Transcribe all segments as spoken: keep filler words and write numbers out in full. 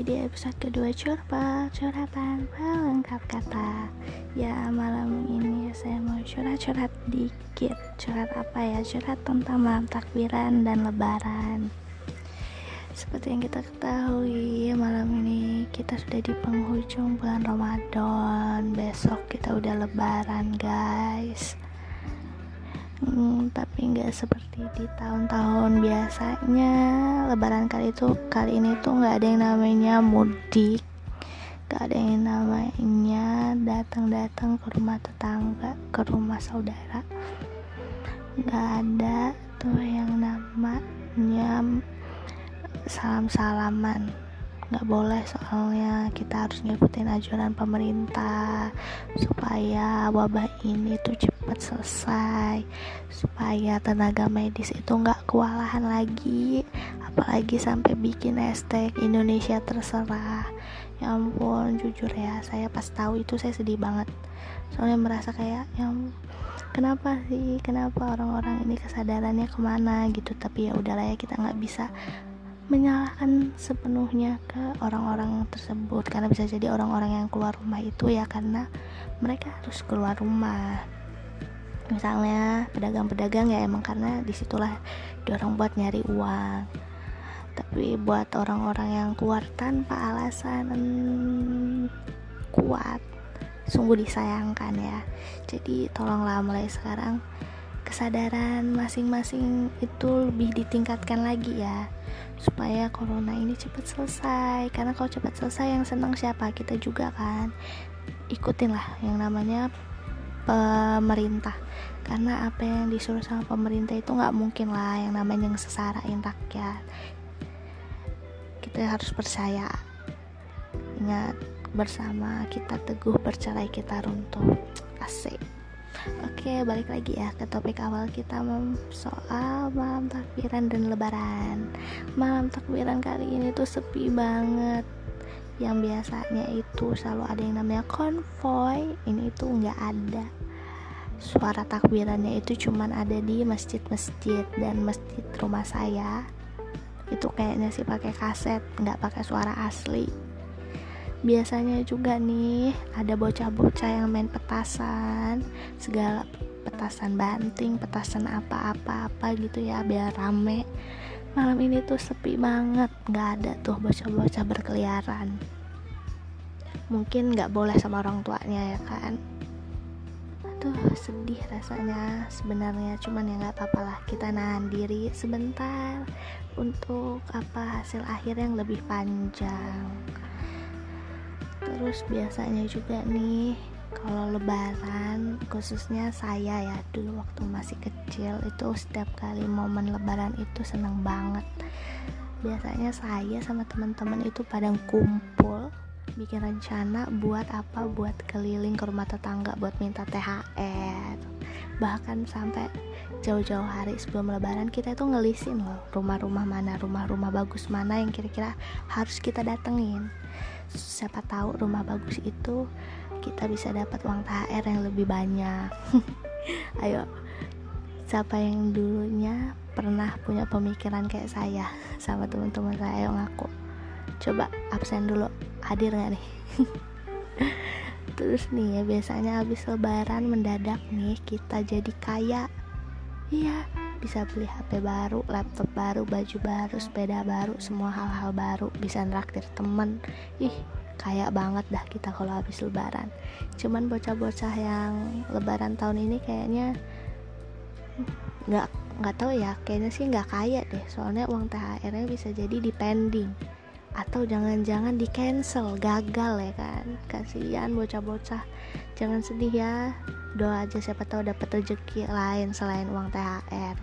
lagi di episode kedua Curpa, curhatan pelengkap kata. Ya, malam ini saya mau curhat-curhat dikit. Curhat apa ya? Curhat tentang malam takbiran dan lebaran. Seperti yang kita ketahui, malam ini kita sudah di penghujung bulan Ramadan. Besok kita udah lebaran, guys. Hmm, tapi nggak seperti di tahun-tahun biasanya. Lebaran kali itu kali ini tuh nggak ada yang namanya mudik, nggak ada yang namanya datang-datang ke rumah tetangga, ke rumah saudara, nggak ada tuh yang namanya salam-salaman. Nggak boleh, soalnya kita harus ngikutin anjuran pemerintah supaya wabah ini tuh cepat selesai, supaya tenaga medis itu nggak kewalahan lagi, apalagi sampai bikin hashtag Indonesia terserah. Ya ampun, jujur ya, saya pas tahu itu saya sedih banget, soalnya merasa kayak yang kenapa sih, kenapa orang-orang ini kesadarannya kemana gitu. Tapi ya udahlah ya, kita nggak bisa menyalahkan sepenuhnya ke orang-orang tersebut, karena bisa jadi orang-orang yang keluar rumah itu ya karena mereka harus keluar rumah. Misalnya pedagang-pedagang ya emang karena disitulah dorong buat nyari uang. Tapi buat orang-orang yang keluar tanpa alasan kuat, sungguh disayangkan ya. Jadi tolonglah mulai sekarang kesadaran masing-masing itu lebih ditingkatkan lagi ya, supaya corona ini cepat selesai. Karena kalau cepat selesai yang senang siapa? Kita juga kan. Ikutin lah yang namanya pemerintah, karena apa yang disuruh sama pemerintah itu nggak mungkin lah yang namanya ngesesarain rakyat. Kita harus percaya. Ingat, bersama kita teguh, bercerai kita runtuh. Asik. Oke, balik lagi ya ke topik awal kita soal malam takbiran dan lebaran. Malam takbiran kali ini tuh sepi banget. Yang biasanya itu selalu ada yang namanya konvoy, ini tuh nggak ada. Suara takbirannya itu cuman ada di masjid-masjid, dan masjid rumah saya itu kayaknya sih pakai kaset, nggak pakai suara asli. Biasanya juga nih ada bocah-bocah yang main petasan, segala petasan banting, petasan apa-apa-apa gitu ya, biar rame. Malam ini tuh sepi banget, nggak ada tuh bocah-bocah berkeliaran. Mungkin nggak boleh sama orang tuanya ya kan. Aduh, sedih rasanya sebenarnya, cuman ya nggak apa-apa lah, kita nahan diri sebentar untuk apa hasil akhir yang lebih panjang. Terus biasanya juga nih kalau lebaran, khususnya saya ya dulu waktu masih kecil itu setiap kali momen lebaran itu seneng banget. Biasanya saya sama teman-teman itu pada kumpul, bikin rencana buat apa, buat keliling ke rumah tetangga buat minta T H R. Bahkan sampai jauh-jauh hari sebelum lebaran kita itu ngelisin loh rumah-rumah mana, rumah-rumah bagus mana yang kira-kira harus kita datengin. Siapa tahu rumah bagus itu kita bisa dapat uang T H R yang lebih banyak. Ayo, siapa yang dulunya pernah punya pemikiran kayak saya sama teman-teman saya? Ayo ngaku. Coba absen dulu, hadir nggak nih? Terus nih ya, biasanya habis lebaran mendadak nih kita jadi kaya. Iya, bisa beli H P baru, laptop baru, baju baru, sepeda baru, semua hal-hal baru, bisa nraktir temen. Ih, kaya banget dah kita kalau habis lebaran. Cuman bocah-bocah yang lebaran tahun ini kayaknya nggak nggak tahu ya, kayaknya sih nggak kaya deh, soalnya uang T H R-nya bisa jadi dipending atau jangan-jangan di cancel, gagal ya kan. Kasihan bocah-bocah, jangan sedih ya, doa aja siapa tahu dapat rezeki lain selain uang T H R.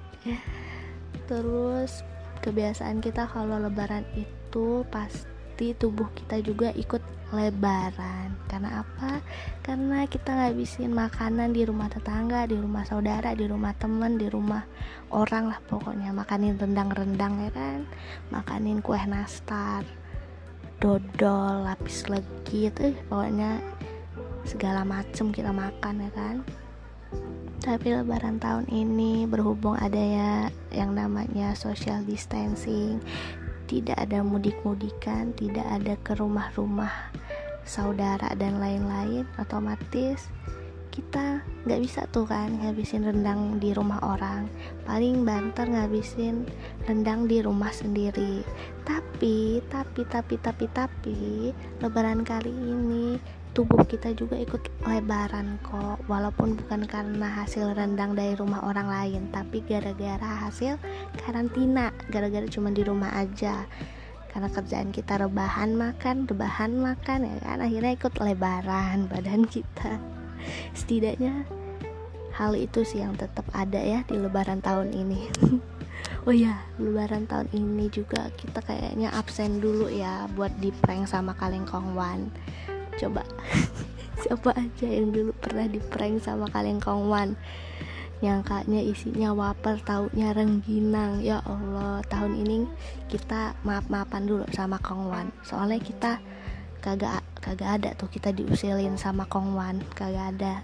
Terus kebiasaan kita kalau lebaran itu pasti tubuh kita juga ikut lebaran. Karena apa? Karena kita ngabisin makanan di rumah tetangga, di rumah saudara, di rumah temen, di rumah orang lah pokoknya. Makanin rendang-rendang ya kan, makanin kue nastar, dodol, lapis legit, eh pokoknya segala macem kita makan ya kan. Tapi lebaran tahun ini berhubung ada ya yang namanya social distancing, tidak ada mudik-mudikan, tidak ada ke rumah-rumah saudara dan lain-lain, otomatis kita nggak bisa tuh kan ngabisin rendang di rumah orang, paling banter ngabisin rendang di rumah sendiri. Tapi tapi tapi tapi tapi lebaran kali ini tubuh kita juga ikut lebaran kok, walaupun bukan karena hasil rendang dari rumah orang lain, tapi gara-gara hasil karantina, gara-gara cuma di rumah aja, karena kerjaan kita rebahan makan, rebahan makan ya kan, akhirnya ikut lebaran badan kita. Setidaknya hal itu sih yang tetap ada ya di lebaran tahun ini. Oh ya, lebaran tahun ini juga kita kayaknya absen dulu ya buat di prank sama Kaleng Kongwan. Coba siapa aja yang dulu pernah di prank sama Kaleng Kongwan, nyangkanya isinya wafer, taunya rengginang. Ya Allah, tahun ini kita maaf-maafan dulu sama Kongwan, soalnya kita kagak kagak ada tuh kita diusilin sama Kongwan, kagak ada.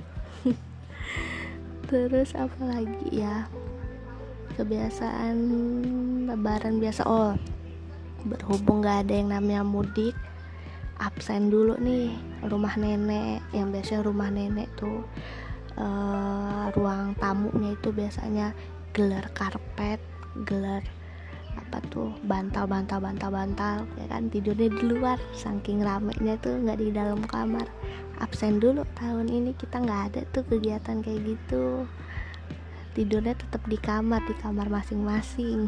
Terus apa lagi ya, kebiasaan lebaran biasa. Oh, berhubung gak ada yang namanya mudik, absen dulu nih rumah nenek. Yang biasanya rumah nenek tuh uh, ruang tamunya itu biasanya gelar karpet, gelar apa tuh, bantal bantal bantal bantal ya kan, tidurnya di luar saking ramenya tuh, nggak di dalam kamar. Absen dulu tahun ini, kita nggak ada tuh kegiatan kayak gitu, tidurnya tetap di kamar di kamar masing-masing.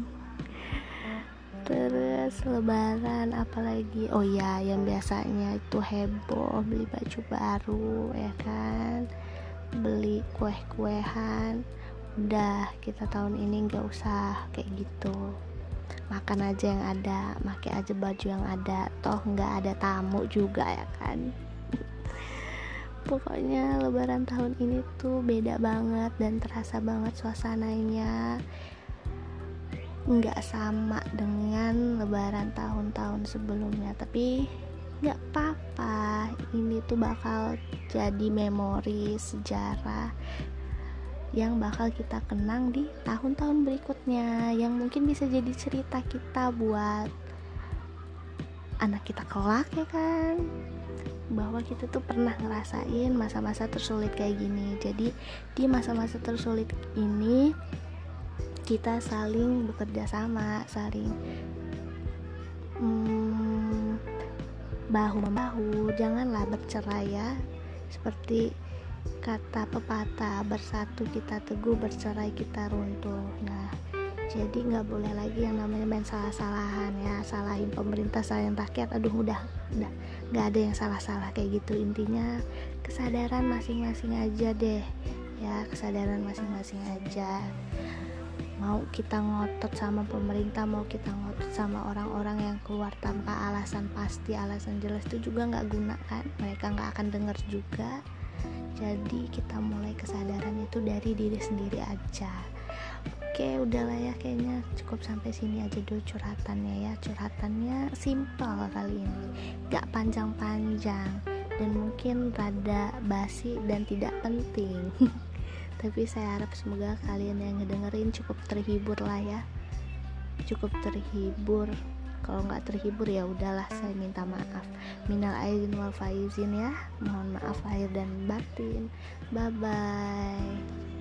Terus lebaran apalagi, oh ya yang biasanya itu heboh beli baju baru ya kan, beli kue-kuehan. Udah, kita tahun ini gak usah kayak gitu, makan aja yang ada, pakai aja baju yang ada, toh gak ada tamu juga ya kan. Pokoknya lebaran tahun ini tuh beda banget dan terasa banget suasananya, gak sama dengan lebaran tahun-tahun sebelumnya. Tapi gak apa-apa, ini tuh bakal jadi memori sejarah yang bakal kita kenang di tahun-tahun berikutnya, yang mungkin bisa jadi cerita kita buat anak kita kelak ya kan, bahwa kita tuh pernah ngerasain masa-masa tersulit kayak gini. Jadi di masa-masa tersulit ini kita saling bekerja sama, saling hmm, bahu-membahu, janganlah bercerai ya. Seperti kata pepatah, bersatu kita teguh, bercerai kita runtuh. Nah, jadi nggak boleh lagi yang namanya main salah-salahan ya, salahin pemerintah, salahin rakyat. Aduh, udah, udah, nggak ada yang salah-salah kayak gitu. Intinya kesadaran masing-masing aja deh, ya kesadaran masing-masing aja. Mau kita ngotot sama pemerintah, mau kita ngotot sama orang-orang yang keluar tanpa alasan pasti, alasan jelas, itu juga nggak guna kan, mereka nggak akan denger juga. Jadi kita mulai kesadaran itu dari diri sendiri aja. Oke, udahlah ya, kayaknya cukup sampai sini aja dulu curhatannya ya. Curhatannya simpel kali ini, gak panjang-panjang dan mungkin rada basi dan tidak penting. Tapi saya harap semoga kalian yang ngedengerin cukup terhibur lah ya, cukup terhibur. Kalau nggak terhibur ya udahlah, saya minta maaf. Minal aidin wal faizin ya, mohon maaf lahir dan batin. Bye bye.